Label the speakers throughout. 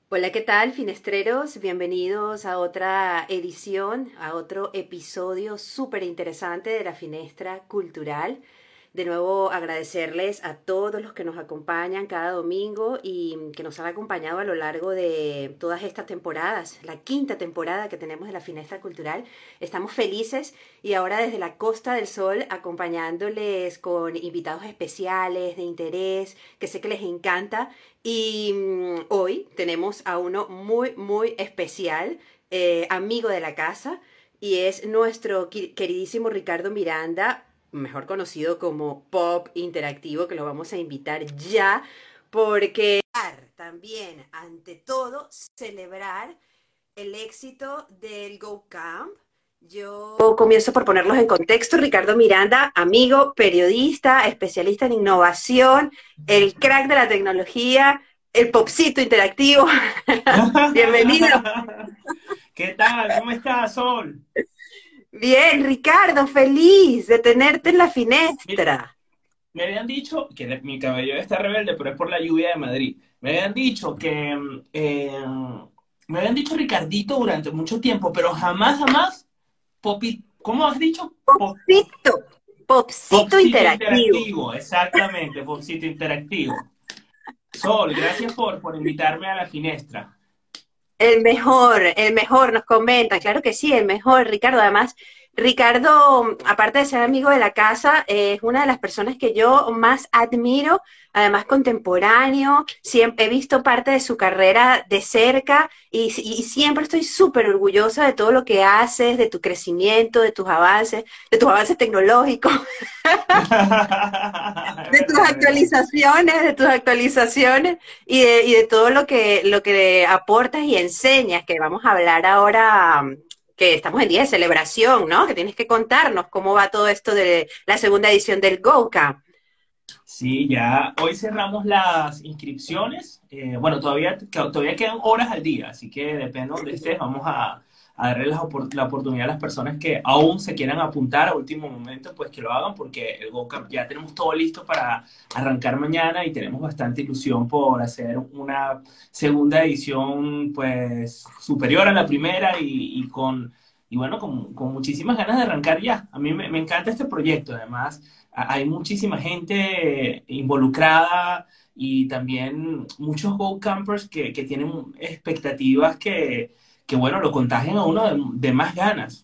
Speaker 1: Hola, ¿qué tal, finestreros? Bienvenidos a otra edición, a otro episodio súper interesante de la Finestra Cultural. De nuevo, agradecerles a todos los que nos acompañan cada domingo y que nos han acompañado a lo largo de todas estas temporadas, la quinta temporada que tenemos de la Finestra Cultural. Estamos felices y ahora desde la Costa del Sol acompañándoles con invitados especiales de interés que sé que les encanta. Y hoy tenemos a uno muy, muy especial, amigo de la casa, y es nuestro queridísimo Ricardo Miranda, mejor conocido como Pop Interactivo, que lo vamos a invitar ya, porque también, ante todo, celebrar el éxito del Go Camp. Yo comienzo por ponerlos en contexto. Ricardo Miranda, amigo, periodista, especialista en innovación, el crack de la tecnología, el popcito interactivo. Bienvenido.
Speaker 2: ¿Qué tal? ¿Cómo estás, Sol?
Speaker 1: Bien, Ricardo, feliz de tenerte en la
Speaker 2: Mira,
Speaker 1: finestra.
Speaker 2: me habían dicho que mi cabello está rebelde, pero es por la lluvia de Madrid. Me habían dicho que, me habían dicho Ricardito durante mucho tiempo, pero jamás, jamás, ¿cómo has dicho?
Speaker 1: Popcito, popcito
Speaker 2: Popcito
Speaker 1: interactivo.
Speaker 2: interactivo, exactamente, Popcito interactivo. Sol, gracias por invitarme a la finestra.
Speaker 1: El mejor, nos comentan, claro que sí, el mejor, Ricardo. Además, Ricardo, aparte de ser amigo de la casa, es una de las personas que yo más admiro, además contemporáneo, siempre he visto parte de su carrera de cerca y siempre estoy súper orgullosa de todo lo que haces, de tu crecimiento, de tus avances tecnológicos,
Speaker 2: Es verdad, es verdad.
Speaker 1: de tus actualizaciones y de todo lo que aportas y enseñas, que vamos a hablar ahora, que estamos en día de celebración, ¿no? Que tienes que contarnos cómo va todo esto de la segunda edición del GoCamp.
Speaker 2: Sí, ya hoy cerramos las inscripciones. Bueno, todavía quedan horas al día, así que depende de donde estés, vamos a darle la oportunidad a las personas que aún se quieran apuntar a último momento, pues que lo hagan, porque el GoCamp ya tenemos todo listo para arrancar mañana y tenemos bastante ilusión por hacer una segunda edición, pues superior a la primera y bueno, con muchísimas ganas de arrancar ya. A mí me encanta este proyecto, además hay muchísima gente involucrada y también muchos Go Campers que tienen expectativas que, bueno, lo contagian a uno de más ganas.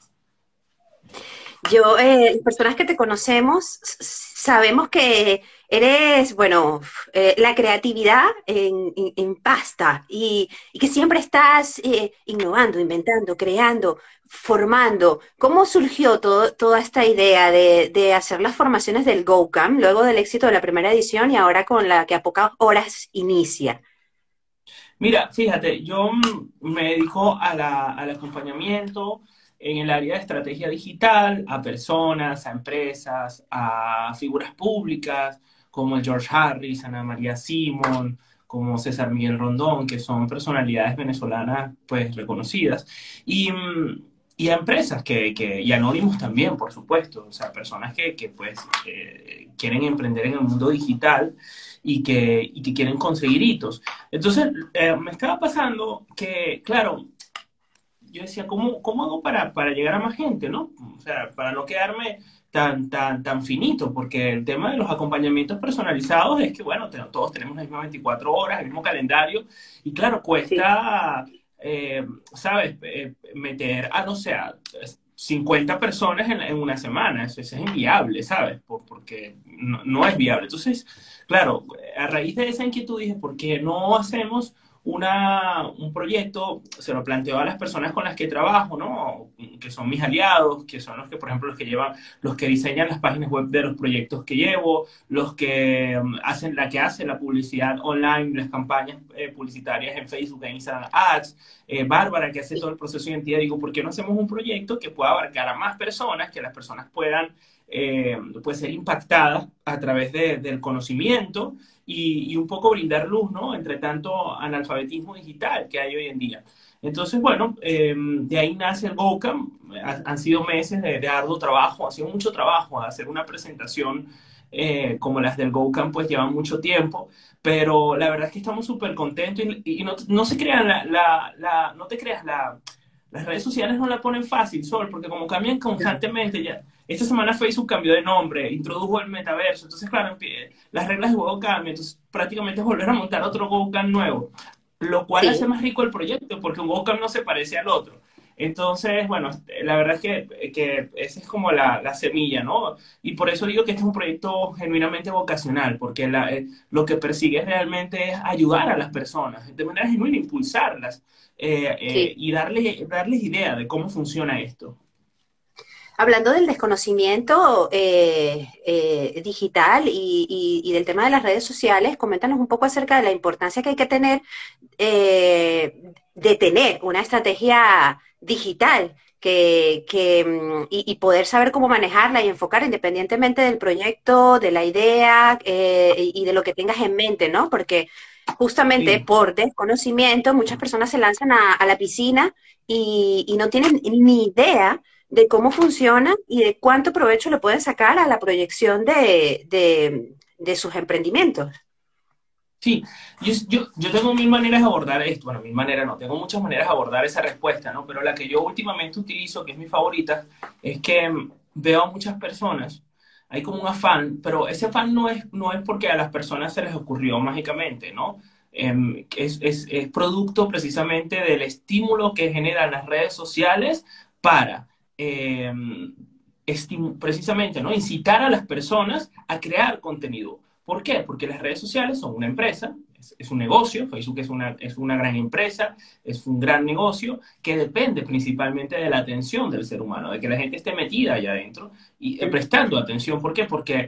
Speaker 1: Yo, las personas que te conocemos, sabemos que eres, bueno, la creatividad en pasta y que siempre estás innovando, inventando, creando, formando. ¿Cómo surgió toda esta idea de hacer las formaciones del GoCamp luego del éxito de la primera edición y ahora con la que a pocas horas inicia?
Speaker 2: Mira, fíjate, yo me dedico al acompañamiento en el área de estrategia digital, a personas, a empresas, a figuras públicas como el George Harris, Ana María Simón, como César Miguel Rondón, que son personalidades venezolanas pues reconocidas, y, y a empresas y anónimos también, por supuesto, o sea, personas que pues quieren emprender en el mundo digital y que quieren conseguir hitos. Entonces, me estaba pasando que, claro, yo decía, ¿cómo hago para llegar a más gente, ¿no? O sea, para no quedarme tan finito, porque el tema de los acompañamientos personalizados es que, bueno, todos tenemos las mismas 24 horas, el mismo calendario, y claro,
Speaker 1: Sí.
Speaker 2: cuesta, ¿sabes? Meter no sé, a 50 personas en una semana, eso es inviable, ¿sabes? Porque no es viable. Entonces, claro, a raíz de esa inquietud dije, ¿por qué no hacemos un proyecto? Se lo planteo a las personas con las que trabajo, ¿no? Que son mis aliados, que son los que, por ejemplo, los que diseñan las páginas web de los proyectos que llevo, los que hacen la publicidad online, las campañas publicitarias en Facebook e Instagram Ads, Bárbara, que hace todo el proceso de identidad. Digo, ¿por qué no hacemos un proyecto que pueda abarcar a más personas, que las personas puedan pues ser impactadas a través del conocimiento y un poco brindar luz, ¿no? Entre tanto analfabetismo digital que hay hoy en día. Entonces, bueno, de ahí nace el GoCamp. Han sido meses de arduo trabajo, ha sido mucho trabajo hacer una presentación como las del GoCamp, pues llevan mucho tiempo, pero la verdad es que estamos súper contentos y no se crean no te creas, las redes sociales no la ponen fácil, Sol, porque como cambian constantemente ya. Esta semana Facebook cambió de nombre, introdujo el metaverso, entonces claro, las reglas de juego cambian, entonces prácticamente es volver a montar otro GoCamp nuevo, lo cual hace
Speaker 1: Sí.
Speaker 2: más rico el proyecto, porque un GoCamp no se parece al otro. Entonces, bueno, la verdad es que esa es como la semilla, ¿no? Y por eso digo que este es un proyecto genuinamente vocacional, porque lo que persigue realmente es ayudar a las personas, de manera genuina, impulsarlas
Speaker 1: Sí.
Speaker 2: y darles idea de cómo funciona esto.
Speaker 1: Hablando del desconocimiento digital y del tema de las redes sociales, coméntanos un poco acerca de la importancia que hay que tener de tener una estrategia digital y poder saber cómo manejarla y enfocar independientemente del proyecto, de la idea y de lo que tengas en mente, ¿no? Porque justamente
Speaker 2: Sí.
Speaker 1: por desconocimiento muchas personas se lanzan a la piscina y no tienen ni idea de cómo funciona y de cuánto provecho le pueden sacar a la proyección de sus emprendimientos.
Speaker 2: Sí, yo tengo mil maneras de abordar esto. Bueno, mil maneras no, tengo muchas maneras de abordar esa respuesta, ¿no? Pero la que yo últimamente utilizo, que es mi favorita, es que veo a muchas personas, hay como un afán, pero ese afán no es porque a las personas se les ocurrió mágicamente, ¿no? Es producto precisamente del estímulo que generan las redes sociales para precisamente, ¿no? Incitar a las personas a crear contenido. ¿Por qué? Porque las redes sociales son una empresa, es un negocio, Facebook es una gran empresa, es un gran negocio que depende principalmente de la atención del ser humano, de que la gente esté metida allá adentro y prestando atención. ¿Por qué? Porque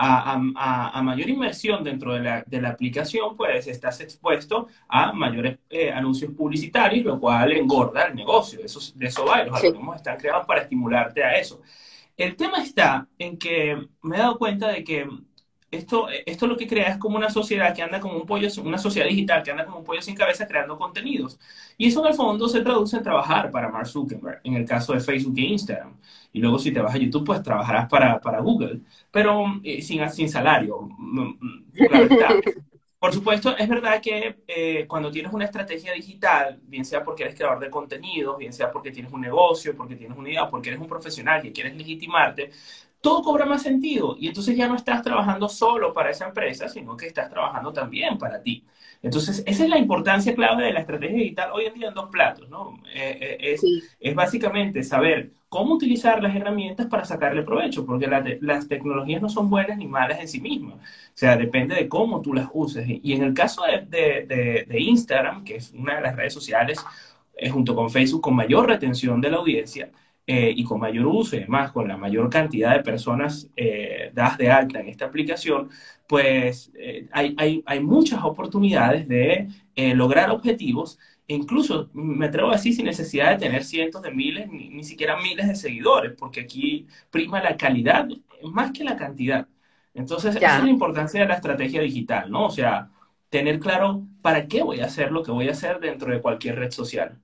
Speaker 2: a mayor inversión dentro de la aplicación, pues estás expuesto a mayores anuncios publicitarios, lo cual engorda el negocio. De eso va, y los
Speaker 1: Sí.
Speaker 2: algoritmos están creados para estimularte a eso. El tema está en que me he dado cuenta de que esto lo que crea es como una sociedad que anda como un pollo, una sociedad digital que anda como un pollo sin cabeza creando contenidos. Y eso en el fondo se traduce en trabajar para Mark Zuckerberg, en el caso de Facebook e Instagram. Y luego si te vas a YouTube, pues trabajarás para Google, pero sin salario, claro está. Por supuesto, es verdad que cuando tienes una estrategia digital, bien sea porque eres creador de contenidos, bien sea porque tienes un negocio, porque tienes una idea, porque eres un profesional que quieres legitimarte, todo cobra más sentido y entonces ya no estás trabajando solo para esa empresa, sino que estás trabajando también para ti. Entonces, esa es la importancia clave de la estrategia digital hoy en día en dos platos, ¿no?
Speaker 1: Sí.
Speaker 2: Es básicamente saber cómo utilizar las herramientas para sacarle provecho, porque las tecnologías no son buenas ni malas en sí mismas. O sea, depende de cómo tú las uses. Y en el caso de Instagram, que es una de las redes sociales, junto con Facebook, con mayor retención de la audiencia, y con mayor uso y además con la mayor cantidad de personas dadas de alta en esta aplicación, pues hay muchas oportunidades de lograr objetivos e incluso me atrevo a decir sin necesidad de tener cientos de miles, ni siquiera miles de seguidores, porque aquí prima la calidad más que la cantidad. Entonces, esa es
Speaker 1: Ya.
Speaker 2: la importancia de la estrategia digital, ¿no? O sea, tener claro para qué voy a hacer lo que voy a hacer dentro de cualquier red social.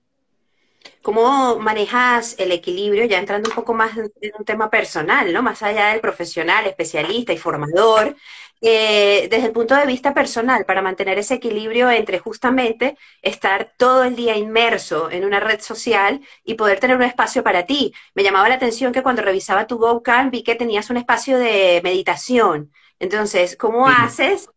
Speaker 1: ¿Cómo manejas el equilibrio, ya entrando un poco más en un tema personal, ¿no? Más allá del profesional, especialista y formador, desde el punto de vista personal, para mantener ese equilibrio entre justamente estar todo el día inmerso en una red social y poder tener un espacio para ti? Me llamaba la atención que cuando revisaba tu GoCam vi que tenías un espacio de meditación. Entonces, ¿cómo
Speaker 2: Sí.
Speaker 1: haces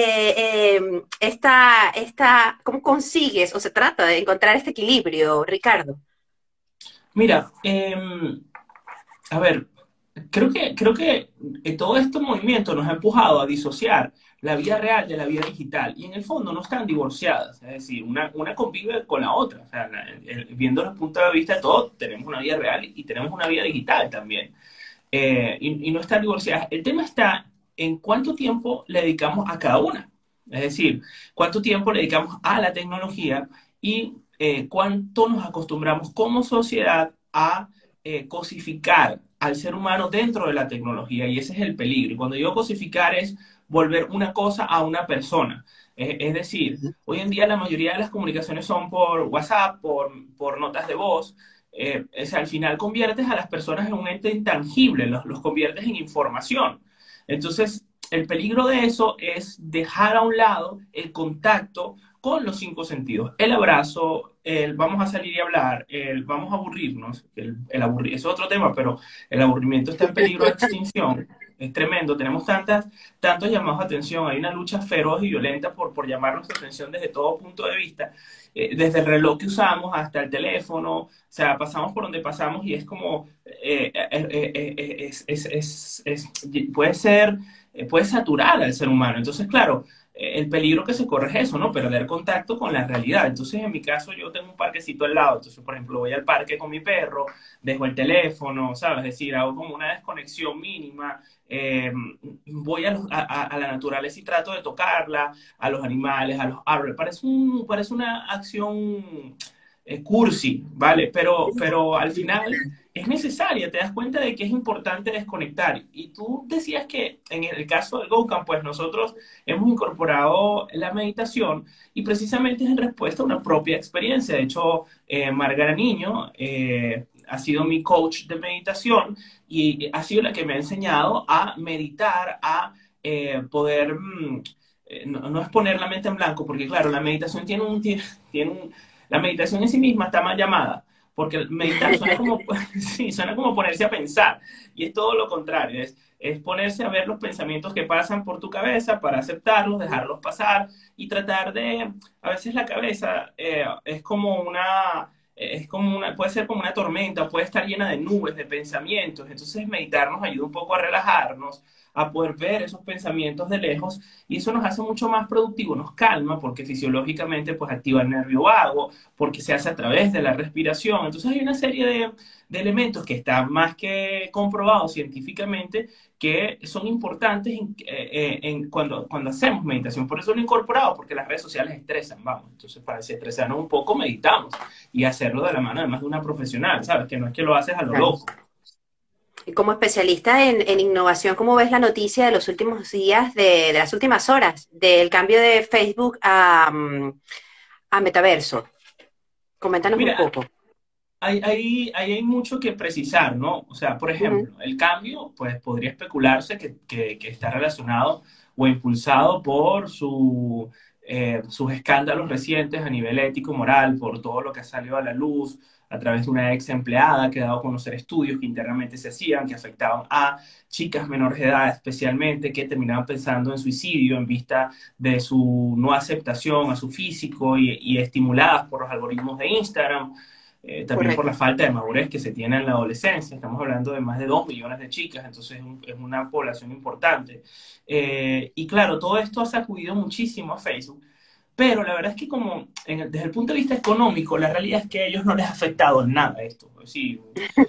Speaker 1: cómo consigues o se trata de encontrar este equilibrio, Ricardo?
Speaker 2: Mira, a ver, creo que todo este movimiento nos ha empujado a disociar la vida real de la vida digital y en el fondo no están divorciadas, es decir, una convive con la otra, o sea, viendo los puntos de vista de todos, tenemos una vida real y tenemos una vida digital también, y no están divorciadas. El tema está en cuánto tiempo le dedicamos a cada una, es decir, cuánto tiempo le dedicamos a la tecnología y cuánto nos acostumbramos como sociedad a cosificar al ser humano dentro de la tecnología, y ese es el peligro. Y cuando digo cosificar es volver una cosa a una persona. Es decir, hoy en día la mayoría de las comunicaciones son por WhatsApp, por notas de voz. O sea, al final conviertes a las personas en un ente intangible, los conviertes en información. Entonces, el peligro de eso es dejar a un lado el contacto con los cinco sentidos. El abrazo, el vamos a salir y hablar, el vamos a aburrirnos, es otro tema, pero el aburrimiento está en peligro de extinción. Es tremendo, tenemos tantos llamados a atención, hay una lucha feroz y violenta por llamar nuestra atención desde todo punto de vista, desde el reloj que usamos hasta el teléfono, o sea, pasamos por donde pasamos y es como, puede ser, puede saturar al ser humano. Entonces, claro, el peligro que se corre es eso, ¿no? Perder contacto con la realidad. Entonces, en mi caso, yo tengo un parquecito al lado. Entonces, por ejemplo, voy al parque con mi perro, dejo el teléfono, ¿sabes? Es decir, hago como una desconexión mínima. Voy a la naturaleza y trato de tocarla, a los animales, a los árboles. Parece una acción cursi, ¿vale? Pero al final es necesaria, te das cuenta de que es importante desconectar. Y tú decías que en el caso del GoCamp, pues nosotros hemos incorporado la meditación y precisamente es en respuesta a una propia experiencia. De hecho, Margarita Niño ha sido mi coach de meditación y ha sido la que me ha enseñado a meditar, a poder... no es poner la mente en blanco, porque claro, la meditación la meditación en sí misma está mal llamada, porque meditar suena como, sí, suena como ponerse a pensar, y es todo lo contrario, es ponerse a ver los pensamientos que pasan por tu cabeza para aceptarlos, dejarlos pasar y tratar a veces la cabeza puede ser como una tormenta, puede estar llena de nubes, de pensamientos, entonces meditar nos ayuda un poco a relajarnos, a poder ver esos pensamientos de lejos y eso nos hace mucho más productivo, nos calma porque fisiológicamente pues activa el nervio vago, porque se hace a través de la respiración. Entonces hay una serie de elementos que están más que comprobados científicamente que son importantes cuando hacemos meditación. Por eso lo he incorporado, porque las redes sociales estresan, vamos. Entonces para desestresarnos un poco meditamos y hacerlo de la mano además de una profesional, ¿sabes? Que no es que lo haces a lo loco.
Speaker 1: Y como especialista en innovación, ¿cómo ves la noticia de los últimos días, de las últimas horas, del cambio de Facebook a Metaverso? Coméntanos un
Speaker 2: Mira,
Speaker 1: poco.
Speaker 2: hay mucho que precisar, ¿no? O sea, por ejemplo, el cambio, pues podría especularse que está relacionado o impulsado por sus escándalos recientes a nivel ético, moral, por todo lo que ha salido a la luz a través de una ex empleada que ha dado a conocer estudios que internamente se hacían, que afectaban a chicas menores de edad especialmente, que terminaban pensando en suicidio en vista de su no aceptación a su físico y estimuladas por los algoritmos de Instagram. También por la
Speaker 1: Correcto.
Speaker 2: falta de madurez que se tiene en la adolescencia. Estamos hablando de más de 2 millones de chicas, entonces es una población importante. Y claro, todo esto ha sacudido muchísimo a Facebook, pero la verdad es que desde el punto de vista económico, la realidad es que a ellos no les ha afectado en nada esto. Sí,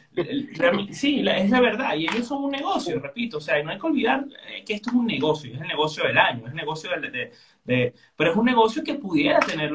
Speaker 2: es la verdad, y ellos son un negocio, repito, o sea, no hay que olvidar que esto es un negocio, es el negocio del año, es el negocio pero es un negocio que pudiera tener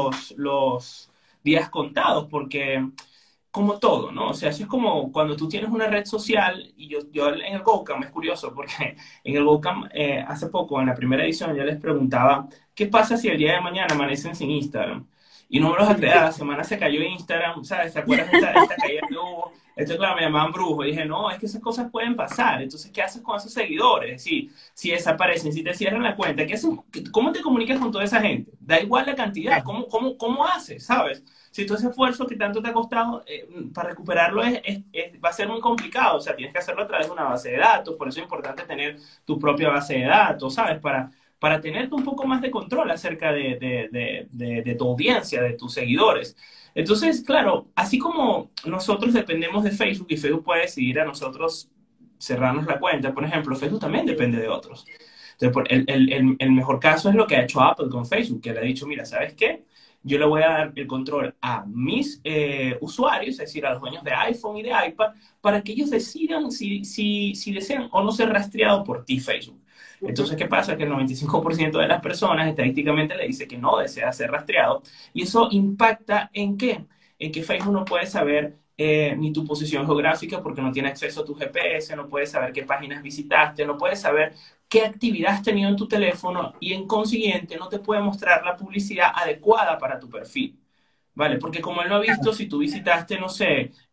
Speaker 2: los días contados, porque como todo, ¿no? O sea, así es como cuando tú tienes una red social, y yo en el GoCamp es curioso, porque en el GoCamp hace poco, en la primera edición, yo les preguntaba, ¿qué pasa si el día de mañana amanecen sin Instagram? Y no me los acreditaba, la semana se cayó Instagram, ¿sabes? ¿Te acuerdas de esta caída que hubo? Entonces, claro, me llamaban brujo. Y dije, no, es que esas cosas pueden pasar. Entonces, ¿qué haces con esos seguidores? Si desaparecen, si te cierran la cuenta, ¿cómo te comunicas con toda esa gente? Da igual la cantidad, ¿cómo haces, sabes? Si todo ese esfuerzo que tanto te ha costado para recuperarlo va a ser muy complicado, o sea, tienes que hacerlo a través de una base de datos, por eso es importante tener tu propia base de datos, ¿sabes? Para tener un poco más de control acerca de tu audiencia, de tus seguidores. Entonces, claro, así como nosotros dependemos de Facebook y Facebook puede decidir a nosotros cerrarnos la cuenta, por ejemplo, Facebook también depende de otros. Entonces, el mejor caso es lo que ha hecho Apple con Facebook, que le ha dicho, mira, ¿sabes qué? Yo le voy a dar el control a mis usuarios, es decir, a los dueños de iPhone y de iPad, para que ellos decidan si desean o no ser rastreados por ti, Facebook. Entonces, ¿qué pasa? Que el 95% de las personas estadísticamente le dice que no desea ser rastreado. Y eso impacta ¿en qué? En que Facebook no puede saber ni tu posición geográfica porque no tiene acceso a tu GPS, no puede saber qué páginas visitaste, no puede saber qué actividad has tenido en tu teléfono y en consiguiente no te puede mostrar la publicidad adecuada para tu perfil. ¿Vale? Porque como él no ha visto si tú visitaste, no sé,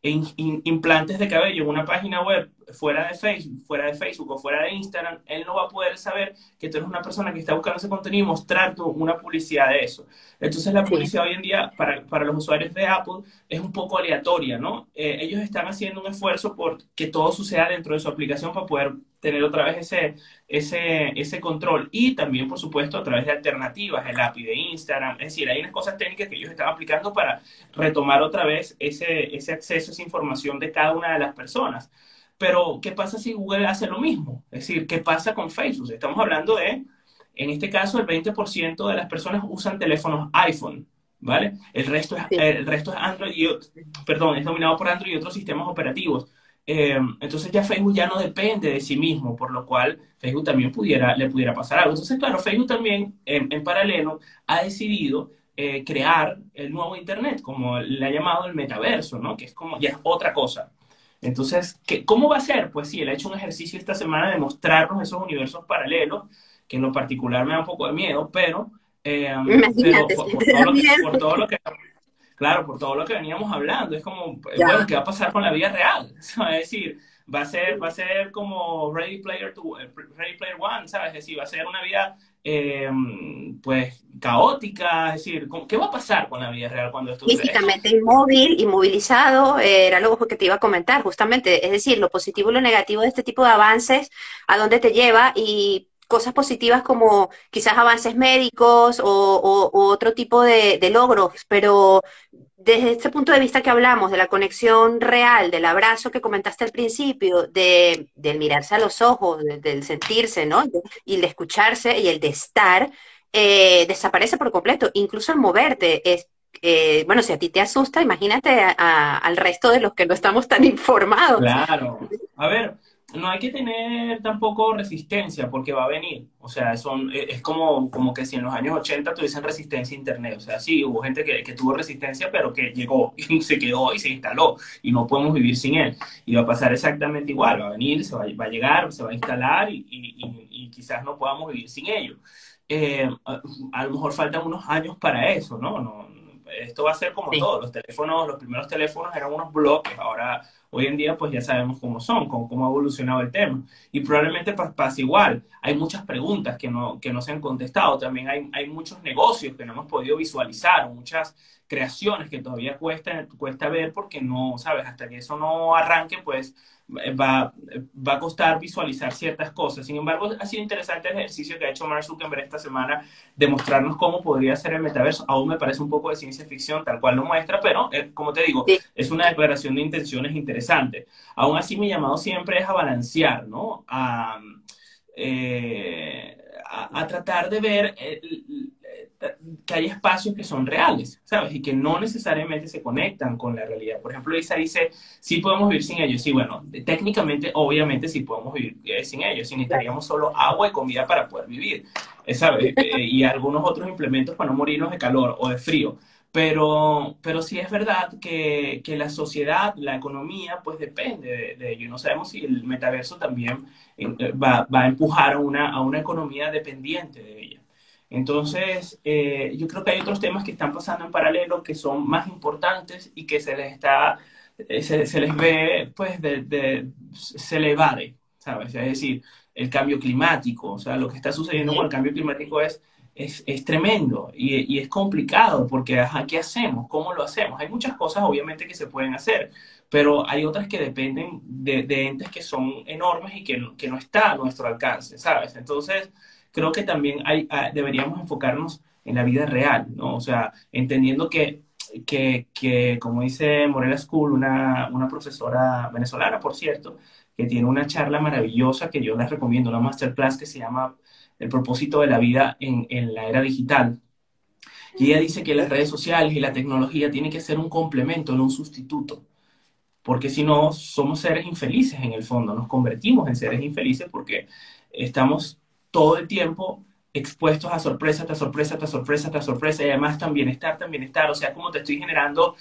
Speaker 2: implantes de cabello en una página web fuera de Facebook o fuera de Instagram, él no va a poder saber que tú eres una persona que está buscando ese contenido y mostrar una publicidad de eso. Entonces la
Speaker 1: Sí.
Speaker 2: publicidad hoy en día para los usuarios de Apple es un poco aleatoria, ¿no? Ellos están haciendo un esfuerzo por que todo suceda dentro de su aplicación para poder tener otra vez ese control. Y también, por supuesto, a través de alternativas, el API de Instagram. Es decir, hay unas cosas técnicas que ellos están aplicando para retomar otra vez ese acceso, esa información de cada una de las personas. Pero, ¿qué pasa si Google hace lo mismo? Es decir, ¿qué pasa con Facebook? Estamos hablando en este caso, el 20% de las personas usan teléfonos iPhone, ¿vale?
Speaker 1: Sí.
Speaker 2: El resto es Android perdón, es dominado por Android y otros sistemas operativos. Entonces ya Facebook ya no depende de sí mismo, por lo cual Facebook también le pudiera pasar algo. Entonces, claro, Facebook también, en paralelo, ha decidido crear el nuevo Internet, como le ha llamado el metaverso, ¿no? Que es como, ya es otra cosa. Entonces, ¿cómo va a ser? Pues sí, él ha hecho un ejercicio esta semana de mostrarnos esos universos paralelos, que en lo particular me da un poco de miedo, pero
Speaker 1: Imagínate, si te da
Speaker 2: por
Speaker 1: miedo.
Speaker 2: todo lo que, claro, por todo lo que veníamos hablando, es como, bueno,
Speaker 1: Ya.
Speaker 2: ¿qué va a pasar con la vida real? ¿Sabes? Es decir, va a ser como Ready Player One, ¿sabes? Es decir, va a ser una vida, eh, pues, caótica, es decir, ¿qué va a pasar con la vida real cuando esto sucede?
Speaker 1: Físicamente inmóvil, inmovilizado, era lo que te iba a comentar, justamente. Es decir, lo positivo y lo negativo de este tipo de avances, a dónde te lleva y cosas positivas como quizás avances médicos o otro tipo de logros, pero desde este punto de vista que hablamos, de la conexión real, del abrazo que comentaste al principio, del mirarse a los ojos, del sentirse, ¿no? Y el de escucharse y el de estar, desaparece por completo. Incluso el moverte es, bueno, si a ti te asusta, imagínate al resto de los que no estamos tan informados.
Speaker 2: Claro. A ver, no hay que tener tampoco resistencia porque va a venir. O sea, es como que si en los años 80 tuviesen resistencia a Internet. O sea, sí, hubo gente que tuvo resistencia, pero que llegó y se quedó y se instaló y no podemos vivir sin él. Y va a pasar exactamente igual. Va a venir, va a llegar, se va a instalar y quizás no podamos vivir sin ello. A lo mejor faltan unos años para eso, ¿no? Esto va a ser como
Speaker 1: Sí.
Speaker 2: todo. Los primeros teléfonos eran unos bloques, ahora hoy en día pues ya sabemos cómo son, cómo ha evolucionado el tema. Y probablemente pasa igual. Hay muchas preguntas que no se han contestado. También hay muchos negocios que no hemos podido visualizar, muchas creaciones que todavía cuesta ver porque no, ¿sabes? Hasta que eso no arranque, pues va a costar visualizar ciertas cosas. Sin embargo, ha sido interesante el ejercicio que ha hecho Mark Zuckerberg esta semana de mostrarnos cómo podría ser el metaverso. Aún me parece un poco de ciencia ficción, tal cual lo muestra, pero como te digo,
Speaker 1: Sí.
Speaker 2: es una declaración de intenciones interesante. Aún así, mi llamado siempre es a balancear, ¿no? A tratar de ver que hay espacios que son reales, ¿sabes? Y que no necesariamente se conectan con la realidad. Por ejemplo, Isa dice, sí podemos vivir sin ellos. Sí, bueno, técnicamente, obviamente, sí podemos vivir sin ellos. Sí
Speaker 1: Claro.
Speaker 2: necesitaríamos solo agua y comida para poder vivir, ¿sabes? Y algunos otros implementos para no morirnos de calor o de frío. Pero sí es verdad que la sociedad, la economía, pues depende de ello. No sabemos si el metaverso también va a empujar a una economía dependiente de ella. Entonces, yo creo que hay otros temas que están pasando en paralelo que son más importantes y que se les ve, pues, se le evade, ¿sabes? Es decir, el cambio climático, o sea, lo que está sucediendo con el
Speaker 1: Sí.
Speaker 2: cambio climático es tremendo y es complicado porque, ajá, ¿qué hacemos? ¿Cómo lo hacemos? Hay muchas cosas, obviamente, que se pueden hacer, pero hay otras que dependen de entes que son enormes y que no está a nuestro alcance, ¿sabes? Entonces, creo que también deberíamos enfocarnos en la vida real, ¿no? O sea, entendiendo como dice Morela School, una profesora venezolana, por cierto, que tiene una charla maravillosa que yo les recomiendo, una masterclass que se llama El propósito de la vida en la era digital. Y ella dice que las redes sociales y la tecnología tienen que ser un complemento, no un sustituto, porque si no, somos seres infelices en el fondo, nos convertimos en seres infelices porque estamos todo el tiempo expuestos a sorpresa tras sorpresa tras sorpresa tras sorpresa y además tan bienestar, o sea, como te estoy generando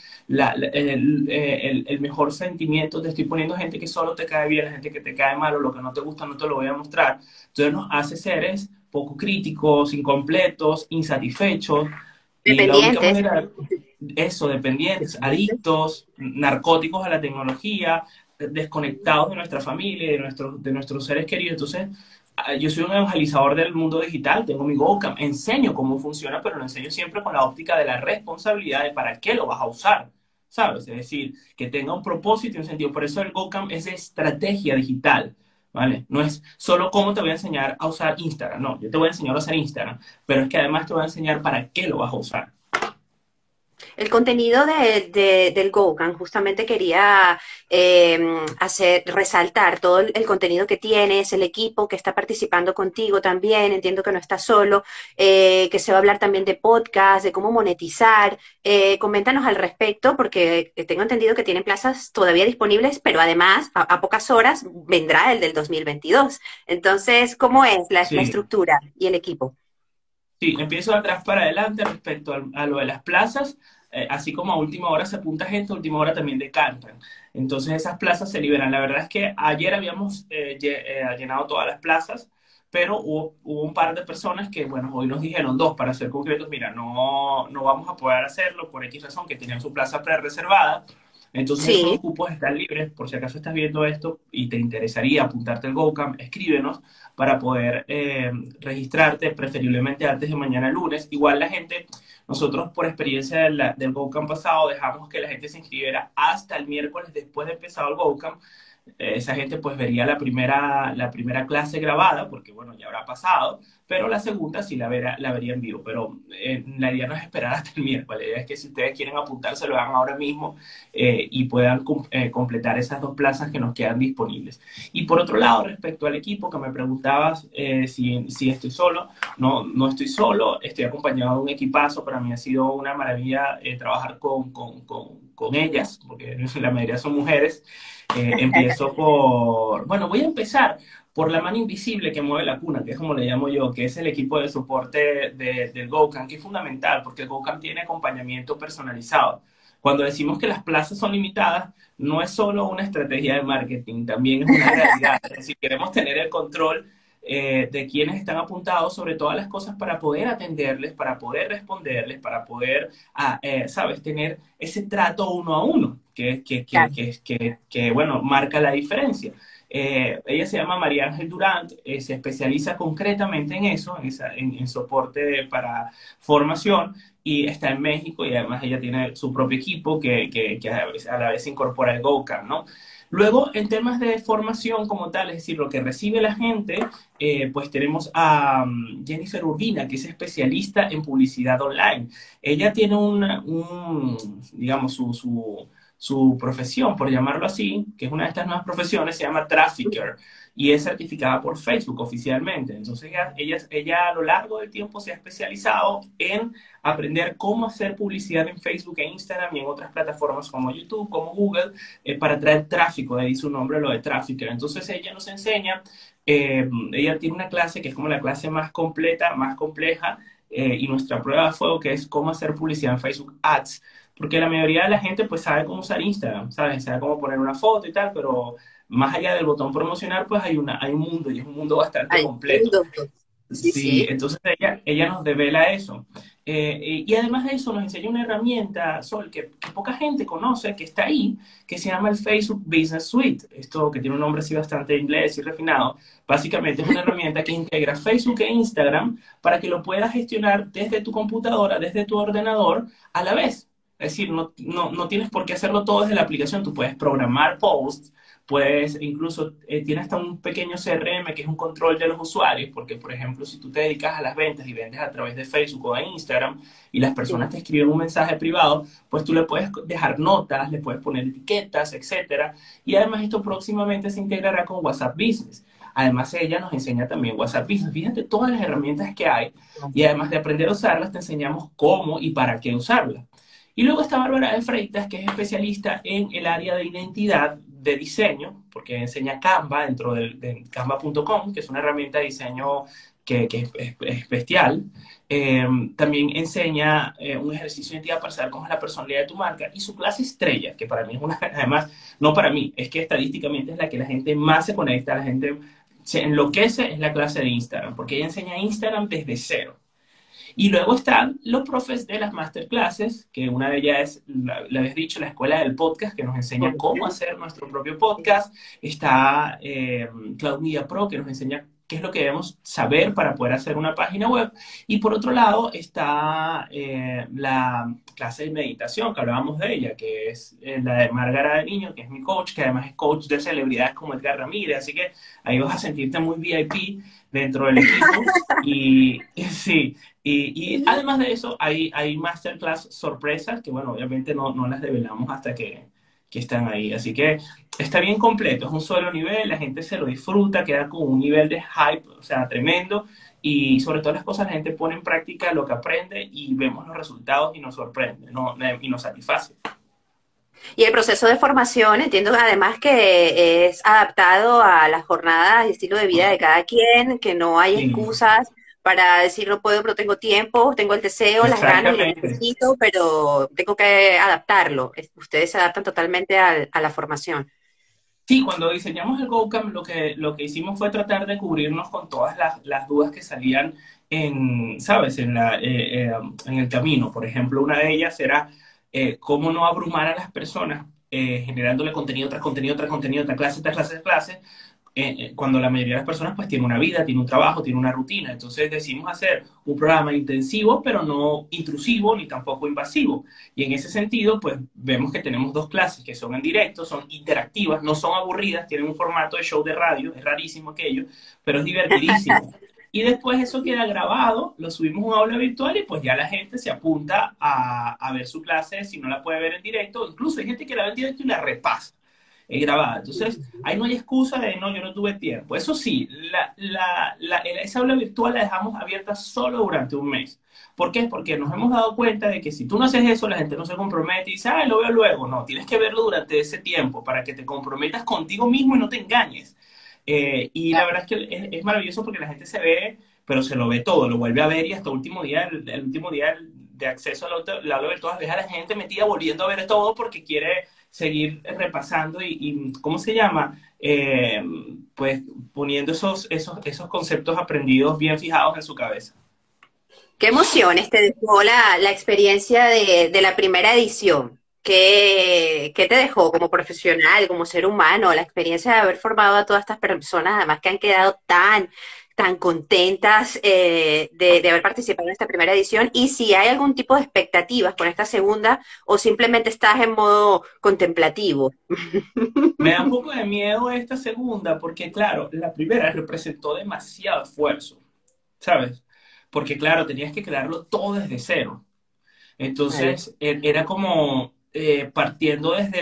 Speaker 2: el mejor sentimiento, te estoy poniendo gente que solo te cae bien, gente que te cae mal o lo que no te gusta no te lo voy a mostrar, entonces nos hace seres poco críticos, incompletos, insatisfechos y la única
Speaker 1: Dependientes.
Speaker 2: manera eso, dependientes, adictos, narcóticos a la tecnología, desconectados de nuestra familia, de nuestros seres queridos. Entonces, yo soy un evangelizador del mundo digital, tengo mi GoCam, enseño cómo funciona, pero lo enseño siempre con la óptica de la responsabilidad de para qué lo vas a usar, ¿sabes? Es decir, que tenga un propósito y un sentido. Por eso el GoCam es de estrategia digital, ¿vale? No es solo cómo te voy a enseñar a usar Instagram, no, yo te voy a enseñar a usar Instagram, pero es que además te voy a enseñar para qué lo vas a usar.
Speaker 1: El contenido del GoCam, justamente quería resaltar todo el contenido que tienes, el equipo que está participando contigo también, entiendo que no estás solo, que se va a hablar también de podcast, de cómo monetizar. Coméntanos al respecto, porque tengo entendido que tienen plazas todavía disponibles, pero además a pocas horas vendrá el del 2022. Entonces, ¿cómo es la
Speaker 2: Sí,
Speaker 1: estructura y el equipo?
Speaker 2: sí, empiezo de atrás para adelante respecto a lo de las plazas, así como a última hora se apunta gente, a última hora también decantan. Entonces esas plazas se liberan. La verdad es que ayer habíamos llenado todas las plazas, pero hubo un par de personas que, bueno, hoy nos dijeron, dos, para ser concretos, mira, no vamos a poder hacerlo por X razón, que tenían su plaza pre-reservada. Entonces esos
Speaker 1: Sí.
Speaker 2: cupos están libres, por si acaso estás viendo esto y te interesaría apuntarte al GoCamp, escríbenos para poder registrarte, preferiblemente antes de mañana lunes. Igual la gente, nosotros por experiencia del GoCamp pasado, dejamos que la gente se inscribiera hasta el miércoles después de empezar el GoCamp. Esa gente pues vería la primera clase grabada, porque bueno, ya habrá pasado, pero la segunda sí la vería en vivo. Pero la idea no es esperar hasta el miércoles, la idea es que si ustedes quieren apuntarse, lo hagan ahora mismo y puedan completar esas dos plazas que nos quedan disponibles. Y por otro lado, respecto al equipo que me preguntabas si estoy solo, no estoy solo, estoy acompañado de un equipazo. Para mí ha sido una maravilla trabajar con ellas, porque la mayoría son mujeres. Empiezo bueno, voy a empezar por la mano invisible que mueve la cuna, que es como le llamo yo, que es el equipo de soporte del GoCamp, que es fundamental, porque el GoCamp tiene acompañamiento personalizado. Cuando decimos que las plazas son limitadas, no es solo una estrategia de marketing, también es una realidad. Es decir, queremos tener el control de quienes están apuntados sobre todas las cosas para poder atenderles, para poder responderles, para poder, ¿sabes?, tener ese trato uno a uno, bueno, marca la diferencia. Ella se llama María Ángel Durant, se especializa concretamente en eso, en soporte para formación, y está en México, y además ella tiene su propio equipo que a la vez se incorpora el GoCamp, ¿no? Luego, en temas de formación como tal, es decir, lo que recibe la gente, pues tenemos a Jennifer Urbina, que es especialista en publicidad online. Ella tiene digamos, su profesión, por llamarlo así, que es una de estas nuevas profesiones, se llama Trafficker y es certificada por Facebook oficialmente. Entonces ella a lo largo del tiempo se ha especializado en aprender cómo hacer publicidad en Facebook e Instagram y en otras plataformas como YouTube, como Google, para traer tráfico, de ahí su nombre, lo de Trafficker. Entonces ella nos enseña, ella tiene una clase que es como la clase más completa, más compleja, y nuestra prueba de fuego, que es cómo hacer publicidad en Facebook Ads, porque la mayoría de la gente pues sabe cómo usar Instagram, ¿sabes? Sabe cómo poner una foto y tal, pero más allá del botón promocionar, pues hay un mundo, y es un mundo bastante
Speaker 1: Al
Speaker 2: completo.
Speaker 1: mundo. Sí,
Speaker 2: Sí,
Speaker 1: sí.
Speaker 2: entonces ella nos devela eso. Y además de eso nos enseña una herramienta, Sol, que poca gente conoce, que está ahí, que se llama el Facebook Business Suite. Esto que tiene un nombre así bastante inglés y refinado. Básicamente es una herramienta que integra Facebook e Instagram para que lo puedas gestionar desde tu computadora, desde tu ordenador, a la vez. Es decir, no tienes por qué hacerlo todo desde la aplicación. Tú puedes programar posts, puedes incluso, tiene hasta un pequeño CRM que es un control de los usuarios, porque por ejemplo, si tú te dedicas a las ventas y vendes a través de Facebook o de Instagram y las personas te escriben un mensaje privado, pues tú le puedes dejar notas, le puedes poner etiquetas, etcétera. Y además esto próximamente se integrará con WhatsApp Business. Además, ella nos enseña también WhatsApp Business. Fíjate todas las herramientas que hay, y además de aprender a usarlas, te enseñamos cómo y para qué usarlas. Y luego está Bárbara de Freitas, que es especialista en el área de identidad de diseño, porque enseña Canva dentro de canva.com, que es una herramienta de diseño es bestial. También enseña un ejercicio de identidad para saber cómo es la personalidad de tu marca. Y su clase estrella, que para mí es una, además, no para mí, es que estadísticamente es la que la gente más se conecta, la gente se enloquece, es la clase de Instagram, porque ella enseña Instagram desde cero. Y luego están los profes de las masterclasses, que una de ellas es, le habéis dicho, la escuela del podcast, que nos enseña cómo hacer nuestro propio podcast. Está Cloud Media Pro, que nos enseña qué es lo que debemos saber para poder hacer una página web. Y por otro lado está la clase de meditación, que hablábamos de ella, que es la de Márgara de Niño, que es mi coach, que además es coach de celebridades como Edgar Ramírez. Así que ahí vas a sentirte muy VIP dentro del equipo. Y sí, y además de eso, hay masterclass sorpresas que, bueno, obviamente no las develamos hasta que están ahí. Así que está bien completo, es un solo nivel, la gente se lo disfruta, queda con un nivel de hype, o sea, tremendo. Y sobre todas las cosas, la gente pone en práctica lo que aprende y vemos los resultados y nos sorprende, ¿no? Y nos satisface.
Speaker 1: Y el proceso de formación, entiendo además que es adaptado a las jornadas y estilo de vida de cada quien, que no hay
Speaker 2: Sí,
Speaker 1: excusas para decir no puedo, pero tengo tiempo, tengo el deseo, las ganas y lo
Speaker 2: exactamente.
Speaker 1: necesito, pero tengo que adaptarlo. Ustedes se adaptan totalmente a la formación.
Speaker 2: Sí, cuando diseñamos el GoCamp, lo que hicimos fue tratar de cubrirnos con todas las dudas que salían ¿sabes? En el camino. Por ejemplo, una de ellas era cómo no abrumar a las personas generándole contenido tras contenido tras contenido, tras clase tras clase, cuando la mayoría de las personas pues tiene una vida, tiene un trabajo, tiene una rutina. Entonces decidimos hacer un programa intensivo, pero no intrusivo ni tampoco invasivo. Y en ese sentido, pues vemos que tenemos dos clases que son en directo, son interactivas, no son aburridas, tienen un formato de show de radio, es rarísimo aquello, pero es divertidísimo. Y después eso queda grabado, lo subimos a un aula virtual y pues ya la gente se apunta a ver su clase si no la puede ver en directo. Incluso hay gente que la ve en directo y la repasa grabada. Entonces, ahí no hay excusa de no, yo no tuve tiempo. Eso sí, esa aula virtual la dejamos abierta solo durante un mes. ¿Por qué? Porque nos hemos dado cuenta de que si tú no haces eso, la gente no se compromete y dice, ah, lo veo luego. No, tienes que verlo durante ese tiempo para que te comprometas contigo mismo y no te engañes. Y la verdad es que es maravilloso porque la gente se ve, pero se lo ve todo, lo vuelve a ver y hasta el último día, el último día de acceso la aula virtual, ves a la gente metida volviendo a ver todo porque quiere seguir repasando y ¿cómo se llama? Pues poniendo esos conceptos aprendidos bien fijados en su cabeza.
Speaker 1: ¿Qué emociones te dejó la experiencia de la primera edición? ¿Qué te dejó como profesional, como ser humano, la experiencia de haber formado a todas estas personas, además que han quedado tan contentas de haber participado en esta primera edición? Y si hay algún tipo de expectativas con esta segunda, o simplemente estás en modo contemplativo.
Speaker 2: Me da un poco de miedo esta segunda porque, claro, la primera representó demasiado esfuerzo, ¿sabes? Porque, claro, tenías que crearlo todo desde cero.
Speaker 1: Claro.
Speaker 2: Entonces, era como partiendo desde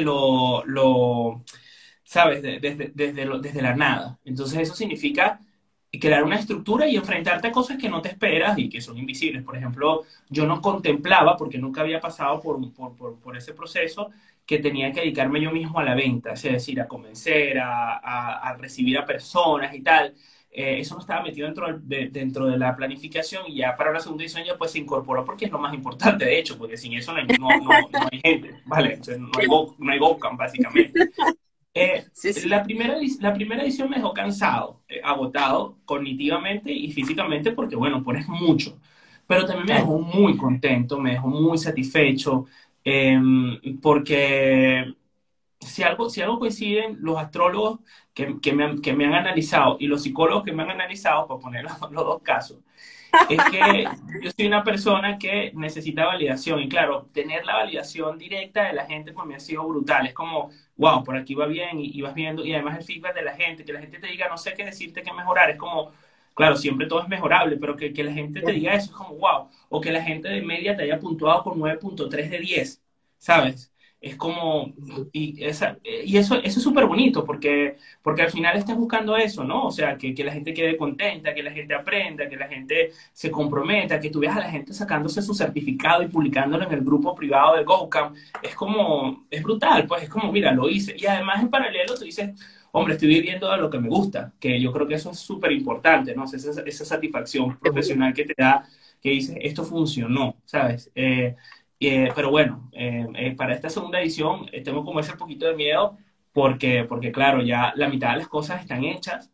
Speaker 2: ¿sabes? Desde la nada. Entonces, eso significa crear una estructura y enfrentarte a cosas que no te esperas y que son invisibles. Por ejemplo, yo no contemplaba, porque nunca había pasado por ese proceso, que tenía que dedicarme yo mismo a la venta, es decir, a convencer, a recibir a personas y tal. Eso no estaba metido dentro de la planificación y ya para la segunda edición ya pues se incorporó porque es lo más importante, de hecho, porque sin eso no hay gente, ¿vale? Entonces, no hay GoCamp, básicamente.
Speaker 1: Sí, sí.
Speaker 2: La primera edición me dejó cansado, agotado cognitivamente y físicamente porque, bueno, pones mucho. Pero también me
Speaker 1: Claro.
Speaker 2: dejó muy contento, me dejó muy satisfecho, eh, porque si algo coinciden los astrólogos que me han analizado y los psicólogos que me han analizado, por poner los dos casos, es que yo soy una persona que necesita validación y claro, tener la validación directa de la gente pues me ha sido brutal. Es como, wow, por aquí va bien y vas viendo y además el feedback de la gente, que la gente te diga no sé qué decirte, qué mejorar, es como, claro, siempre todo es mejorable, pero que la gente te diga eso es como, wow, o que la gente de media te haya puntuado con 9,3 de 10, ¿sabes? Es como, y eso es súper bonito porque al final estás buscando eso, ¿no? O sea, que la gente quede contenta, que la gente aprenda, que la gente se comprometa, que tú veas a la gente sacándose su certificado y publicándolo en el grupo privado de GoCamp, es brutal, pues es como, mira, lo hice. Y además en paralelo tú dices, hombre, estoy viviendo de lo que me gusta, que yo creo que eso es súper importante, ¿no? O sea, esa satisfacción profesional que te da, que dices, esto funcionó, ¿sabes? Pero bueno, para esta segunda edición tengo como ese poquito de miedo porque claro, ya la mitad de las cosas están hechas,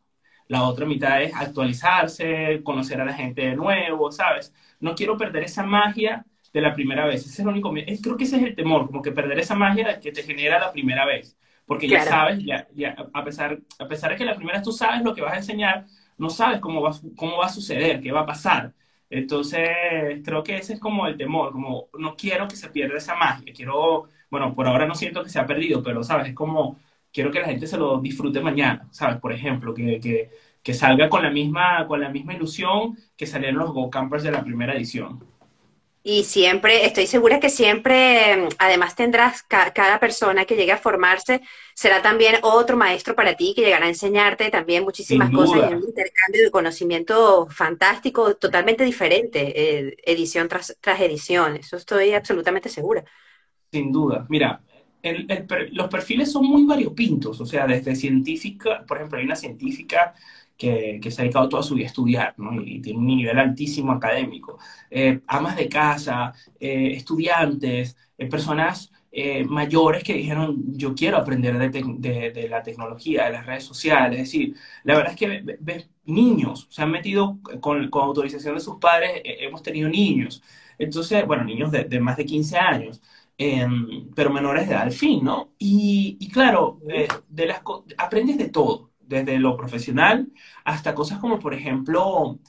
Speaker 2: la otra mitad es actualizarse, conocer a la gente de nuevo, ¿sabes? No quiero perder esa magia de la primera vez. Ese es el único, creo que ese es el temor, como que perder esa magia que te genera la primera vez. Porque ya
Speaker 1: Claro.
Speaker 2: sabes, a pesar de que la primera vez tú sabes lo que vas a enseñar, no sabes cómo va a suceder, qué va a pasar. Entonces, creo que ese es como el temor, como no quiero que se pierda esa magia, quiero, bueno, por ahora no siento que se ha perdido, pero, ¿sabes? Es como, quiero que la gente se lo disfrute mañana, ¿sabes? Por ejemplo, que salga con la misma ilusión que salieron los Go Campers de la primera edición.
Speaker 1: Y siempre, estoy segura que siempre, además tendrás, cada persona que llegue a formarse será también otro maestro para ti que llegará a enseñarte también
Speaker 2: Sin
Speaker 1: muchísimas cosas en un
Speaker 2: duda,
Speaker 1: intercambio de conocimiento fantástico, totalmente diferente, edición tras edición. Eso estoy absolutamente segura.
Speaker 2: sin duda. Mira, los perfiles son muy variopintos, o sea, desde científica, por ejemplo, hay una científica que se ha dedicado toda su vida a estudiar, ¿no? Y tiene un nivel altísimo académico. Amas de casa, estudiantes, personas mayores que dijeron, yo quiero aprender de la tecnología, de las redes sociales. Es decir, la verdad es que ves niños, se han metido con autorización de sus padres, hemos tenido niños. Entonces, bueno, niños de más de 15 años. Pero menores de edad al fin, ¿no? Y claro, aprendes de todo, desde lo profesional hasta cosas como, por ejemplo,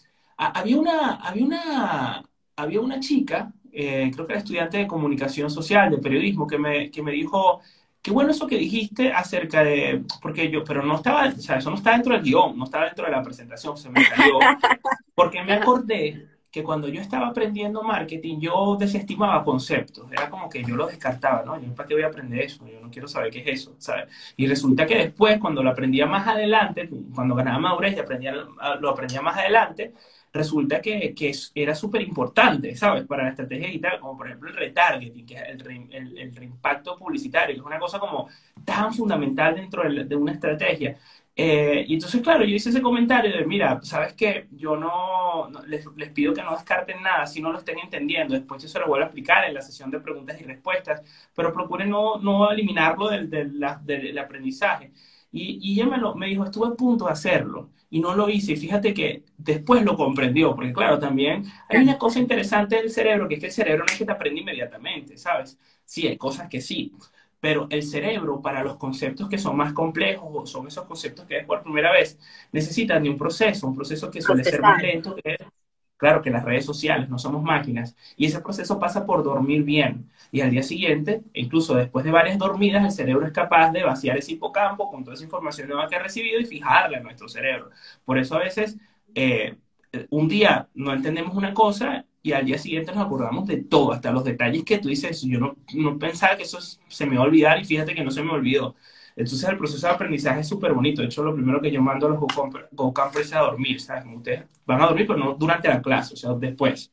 Speaker 2: había una chica, creo que era estudiante de comunicación social, de periodismo, que me dijo, qué bueno eso que dijiste acerca de, porque yo, pero no estaba, o sea, eso no está dentro del guión, no estaba dentro de la presentación, se me salió, porque me
Speaker 1: Ajá.
Speaker 2: acordé que cuando yo estaba aprendiendo marketing, yo desestimaba conceptos. Era como que yo los descartaba, ¿no? Yo, ¿para qué voy a aprender eso? Yo no quiero saber qué es eso, ¿sabes? Y resulta que después, cuando lo aprendía más adelante, cuando ganaba madurez y lo aprendía más adelante, resulta que era súper importante, ¿sabes? Para la estrategia digital, como por ejemplo el retargeting, que es el reimpacto publicitario, que es una cosa como tan fundamental dentro de una estrategia. Y entonces, claro, yo hice ese comentario de, mira, ¿sabes qué? Yo les pido que no descarten nada si no lo estén entendiendo. Después yo se lo vuelvo a explicar en la sesión de preguntas y respuestas, pero procuren no eliminarlo del aprendizaje. Y ella me dijo, estuve a punto de hacerlo y no lo hice. Y fíjate que después lo comprendió, porque claro, también hay una cosa interesante del cerebro, que es que el cerebro no es que te aprende inmediatamente, ¿sabes? Sí, hay cosas que sí, pero el cerebro, para los conceptos que son más complejos o son esos conceptos que ves por primera vez, necesitan de un proceso que suele ser más
Speaker 1: Procesar.
Speaker 2: lento, claro, que las redes sociales, no somos máquinas, y ese proceso pasa por dormir bien. Y al día siguiente, incluso después de varias dormidas, el cerebro es capaz de vaciar ese hipocampo con toda esa información nueva que ha recibido y fijarla en nuestro cerebro. Por eso a veces eh, un día no entendemos una cosa y al día siguiente nos acordamos de todo, hasta los detalles que tú dices, yo no pensaba que eso se me iba a olvidar y fíjate que no se me olvidó. Entonces el proceso de aprendizaje es súper bonito. De hecho, lo primero que yo mando a los Go Campers es a dormir, ¿sabes? Como ustedes van a dormir, pero no durante la clase, o sea, después.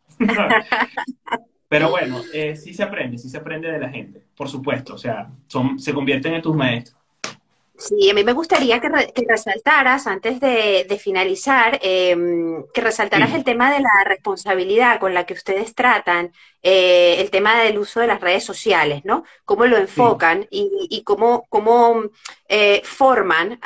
Speaker 2: Pero bueno, sí se aprende de la gente, por supuesto. O sea, se convierten en tus maestros.
Speaker 1: Sí, a mí me gustaría que resaltaras, antes de finalizar, que resaltaras el
Speaker 2: Sí,
Speaker 1: tema de la responsabilidad con la que ustedes tratan, el tema del uso de las redes sociales, ¿no? Cómo lo
Speaker 2: sí.
Speaker 1: enfocan y cómo forman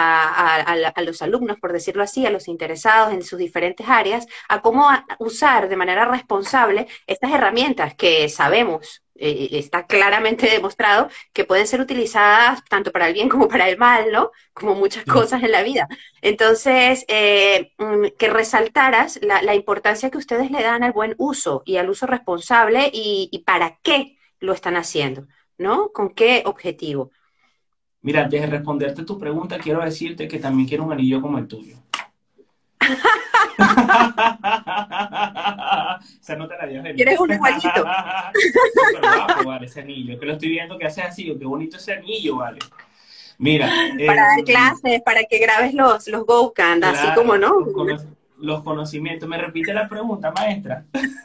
Speaker 1: a los alumnos, por decirlo así, a los interesados en sus diferentes áreas, a cómo usar de manera responsable estas herramientas que sabemos, está claramente demostrado que pueden ser utilizadas tanto para el bien como para el mal, ¿no? Como muchas
Speaker 2: Sí.
Speaker 1: cosas en la vida. Entonces, que resaltaras la importancia que ustedes le dan al buen uso y al uso responsable y para qué lo están haciendo, ¿no? ¿Con qué objetivo?
Speaker 2: Mira, antes de responderte tu pregunta, quiero decirte que también quiero un anillo como el tuyo. Esa no te la habías venido.
Speaker 1: ¿Quieres uno igualito?
Speaker 2: Súper guapo, vale, ese anillo. Que lo estoy viendo que hace así, qué bonito ese anillo, vale. Mira,
Speaker 1: Para dar clases, para que grabes los GoCam, así como,
Speaker 2: claro,
Speaker 1: ¿no?
Speaker 2: los conocimientos. ¿Me repite la pregunta, maestra?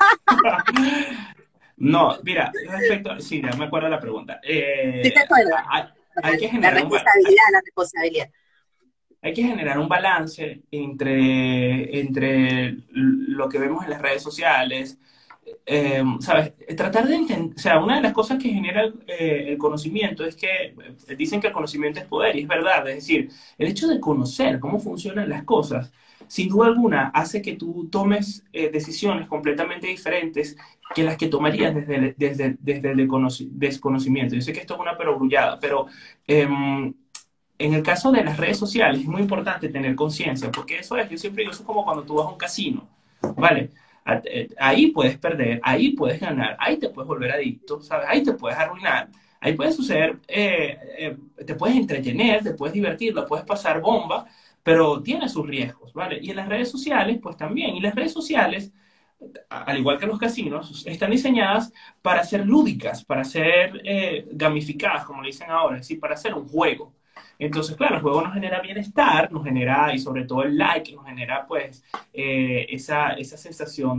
Speaker 2: No, mira, sí, ya me acuerdo de la pregunta.
Speaker 1: ¿Sí te acuerdas?
Speaker 2: Hay que
Speaker 1: La
Speaker 2: generar
Speaker 1: responsabilidad, la responsabilidad.
Speaker 2: hay que generar un balance entre lo que vemos en las redes sociales, ¿sabes? Tratar de entender, o sea, una de las cosas que genera el conocimiento es que dicen que el conocimiento es poder, y es verdad, es decir, el hecho de conocer cómo funcionan las cosas, sin duda alguna, hace que tú tomes decisiones completamente diferentes que las que tomarías desde el desconocimiento. Yo sé que esto es una perogrullada, pero en el caso de las redes sociales es muy importante tener conciencia, porque eso es, yo siempre digo, eso es como cuando tú vas a un casino, ¿vale? Ahí puedes perder, ahí puedes ganar, ahí te puedes volver adicto, ¿sabes? Ahí te puedes arruinar, ahí puede suceder, te puedes entretener, te puedes divertir, la puedes pasar bomba, pero tiene sus riesgos, ¿vale? Y en las redes sociales, pues también, y las redes sociales, al igual que los casinos, están diseñadas para ser lúdicas, para ser gamificadas, como le dicen ahora, es decir, para ser un juego. Entonces, claro, el juego nos genera bienestar, nos genera, y sobre todo el like, nos genera pues esa sensación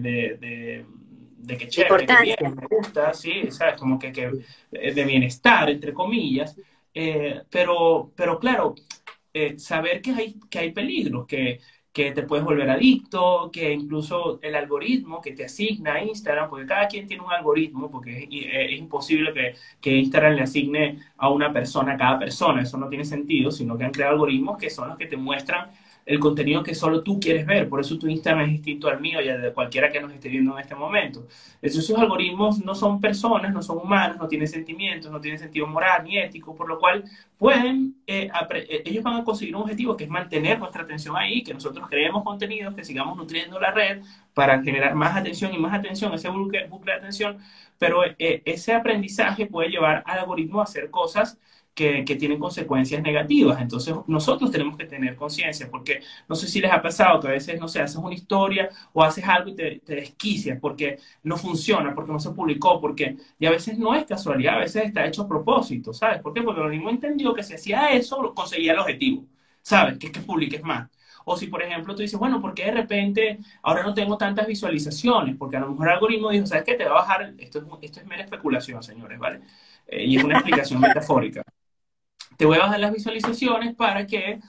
Speaker 2: de que chévere, que bien,
Speaker 1: Importancia.
Speaker 2: me gusta, sí, ¿sabes? Como de bienestar, entre comillas. Pero claro, saber que hay peligros, que te puedes volver adicto, que incluso el algoritmo que te asigna Instagram, porque cada quien tiene un algoritmo, porque es imposible que Instagram le asigne a una persona a cada persona, eso no tiene sentido, sino que han creado algoritmos que son los que te muestran el contenido que solo tú quieres ver, por eso tu Instagram es distinto al mío y al de cualquiera que nos esté viendo en este momento. Esos algoritmos no son personas, no son humanos, no tienen sentimientos, no tienen sentido moral ni ético, por lo cual ellos van a conseguir un objetivo que es mantener nuestra atención ahí, que nosotros creemos contenidos, que sigamos nutriendo la red para generar más atención y más atención, ese bucle de atención, pero ese aprendizaje puede llevar al algoritmo a hacer cosas que tienen consecuencias negativas. Entonces nosotros tenemos que tener conciencia, porque no sé si les ha pasado que a veces, no sé, haces una historia o haces algo y te desquicias porque no funciona, porque no se publicó, y a veces no es casualidad, a veces está hecho a propósito, ¿sabes? ¿Por qué? Porque el algoritmo entendió que si hacía eso, conseguía el objetivo, ¿sabes? Que es que publiques más. O si, por ejemplo, tú dices, bueno, ¿por qué de repente ahora no tengo tantas visualizaciones? Porque a lo mejor el algoritmo dijo, ¿sabes qué? Te va a bajar, esto es mera especulación, señores, ¿vale? Y es una explicación metafórica. Te voy a bajar las visualizaciones para que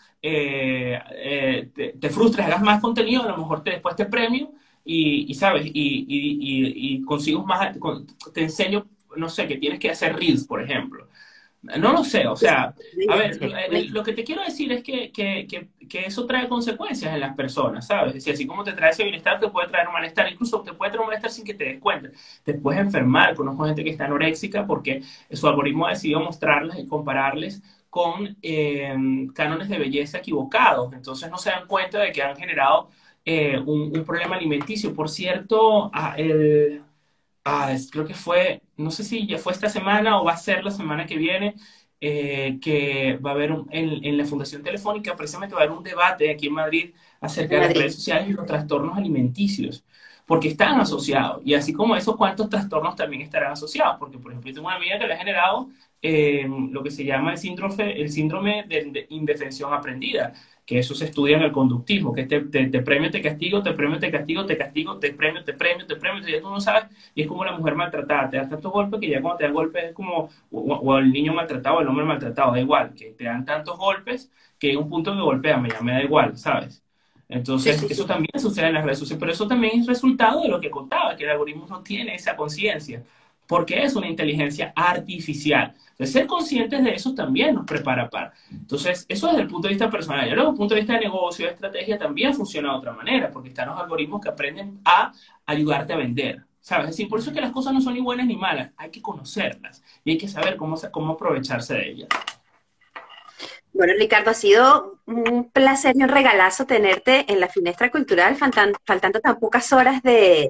Speaker 2: te frustres, hagas más contenido, a lo mejor después te premio ¿sabes? Y consigo más, te enseño, no sé, que tienes que hacer reels, por ejemplo. No lo sé, o sea, a ver, lo que te quiero decir es que eso trae consecuencias en las personas, ¿sabes? Es decir, así como te trae ese bienestar, te puede traer un malestar, incluso te puede traer un malestar sin que te des cuenta. Te puedes enfermar, conozco gente que está anoréxica porque su algoritmo ha decidido mostrarles y compararles con cánones de belleza equivocados, entonces no se dan cuenta de que han generado un problema alimenticio. Por cierto, creo que fue, no sé si ya fue esta semana o va a ser la semana que viene, que va a haber en la Fundación Telefónica, precisamente va a haber un debate aquí en Madrid acerca
Speaker 1: En
Speaker 2: de las
Speaker 1: Madrid.
Speaker 2: redes sociales y los trastornos alimenticios, porque están asociados. Y así como eso, ¿cuántos trastornos también estarán asociados? Porque, por ejemplo, yo tengo una amiga que le ha generado lo que se llama el síndrome de indefensión aprendida, que eso se estudia en el conductismo, que te premio, te castigo, te premio, te castigo, te castigo, te premio, te premio, te premio, y ya tú no sabes, y es como la mujer maltratada, te da tantos golpes que ya cuando te dan golpes es como, o el niño maltratado, o el hombre maltratado, da igual, que te dan tantos golpes que hay un punto que golpea, ya me da igual, ¿sabes?
Speaker 1: Sí,
Speaker 2: Entonces,
Speaker 1: sí,
Speaker 2: eso
Speaker 1: sí.
Speaker 2: también sucede en las redes sociales, pero eso también es resultado de lo que contaba, que el algoritmo no tiene esa conciencia, porque es una inteligencia artificial. Entonces, ser conscientes de eso también nos prepara para. Entonces, eso desde el punto de vista personal. Y luego, desde el punto de vista de negocio, de estrategia, también funciona de otra manera, porque están los algoritmos que aprenden a ayudarte a vender. ¿Sabes? Es decir, por eso es que las cosas no son ni buenas ni malas, hay que conocerlas y hay que saber cómo aprovecharse de ellas.
Speaker 1: Bueno, Ricardo, ha sido un placer y un regalazo tenerte en la Finestra Cultural, faltando tan pocas horas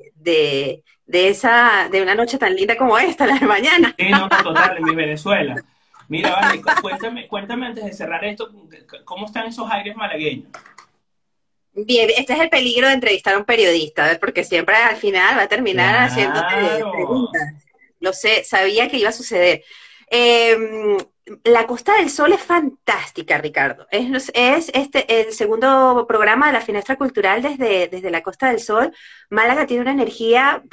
Speaker 1: de una noche tan linda como esta, la de mañana.
Speaker 2: Sí, no, no, total, en mi Venezuela. Mira, vale, cuéntame antes de cerrar esto, ¿cómo están esos aires malagueños?
Speaker 1: Bien, este es el peligro de entrevistar a un periodista, ¿ves? Porque siempre al final va a terminar haciéndote
Speaker 2: Claro.
Speaker 1: preguntas. Lo sé, sabía que iba a suceder. Eh, la Costa del Sol es fantástica, Ricardo. Es el segundo programa de la Finestra Cultural desde la Costa del Sol. Málaga tiene una energía,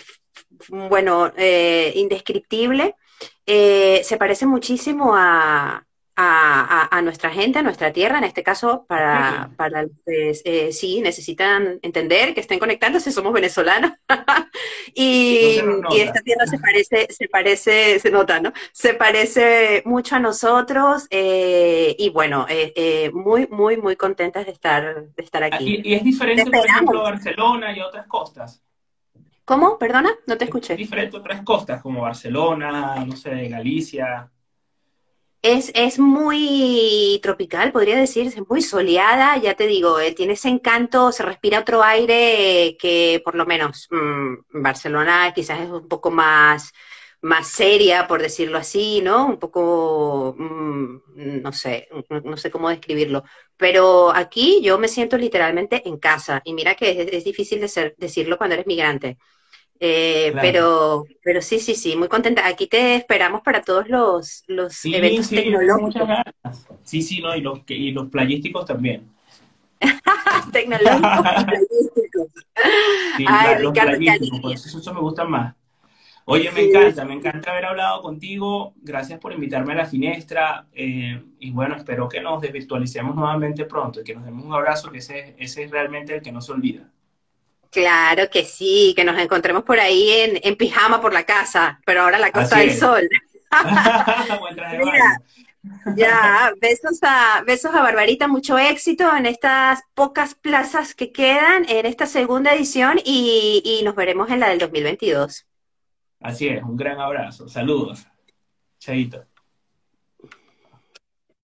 Speaker 1: bueno, indescriptible. Se parece muchísimo a nuestra gente, a nuestra tierra, en este caso
Speaker 2: Sí,
Speaker 1: para los que sí necesitan entender que estén conectándose, somos venezolanos.
Speaker 2: no se nos
Speaker 1: Y esta
Speaker 2: nota.
Speaker 1: tierra se nota, ¿no? Se parece mucho a nosotros y bueno, muy, muy, muy contentas de estar
Speaker 2: Ah,
Speaker 1: aquí.
Speaker 2: y es
Speaker 1: Te
Speaker 2: diferente, por ejemplo,
Speaker 1: esperamos.
Speaker 2: Barcelona y otras costas.
Speaker 1: ¿Cómo? Perdona, no te
Speaker 2: Es
Speaker 1: escuché.
Speaker 2: diferente a otras costas, como Barcelona, no sé, Galicia.
Speaker 1: Es muy tropical, podría decirse, muy soleada, ya te digo, tiene ese encanto, se respira otro aire que por lo menos Barcelona quizás es un poco más seria, por decirlo así, ¿no? Un poco, no sé, no sé cómo describirlo. Pero aquí yo me siento literalmente en casa y mira que es difícil decirlo cuando eres migrante.
Speaker 2: Claro.
Speaker 1: Pero sí, sí, sí, muy contenta. Aquí te esperamos para todos los
Speaker 2: Sí,
Speaker 1: eventos
Speaker 2: sí, yo tengo muchas
Speaker 1: tecnológicos.
Speaker 2: ganas. Sí, sí, no, y los playísticos también.
Speaker 1: Tecnológicos y playísticos.
Speaker 2: Sí,
Speaker 1: Ay,
Speaker 2: los
Speaker 1: Ricardo, qué
Speaker 2: playísticos, por
Speaker 1: alegría.
Speaker 2: eso me gustan más. Oye,
Speaker 1: Sí,
Speaker 2: me encanta haber hablado contigo. Gracias por invitarme a la finestra. Y bueno, espero que nos desvirtualicemos nuevamente pronto y que nos demos un abrazo, que ese es realmente el que no se olvida.
Speaker 1: claro que sí, que nos encontremos por ahí en pijama por la casa, pero ahora a la Costa
Speaker 2: Así
Speaker 1: del
Speaker 2: es.
Speaker 1: Sol.
Speaker 2: Buen traje de
Speaker 1: Mira,
Speaker 2: baño.
Speaker 1: ya, besos a Barbarita, mucho éxito en estas pocas plazas que quedan en esta segunda edición y nos veremos en la del 2022.
Speaker 2: Así es, un gran abrazo. Saludos. Chaito.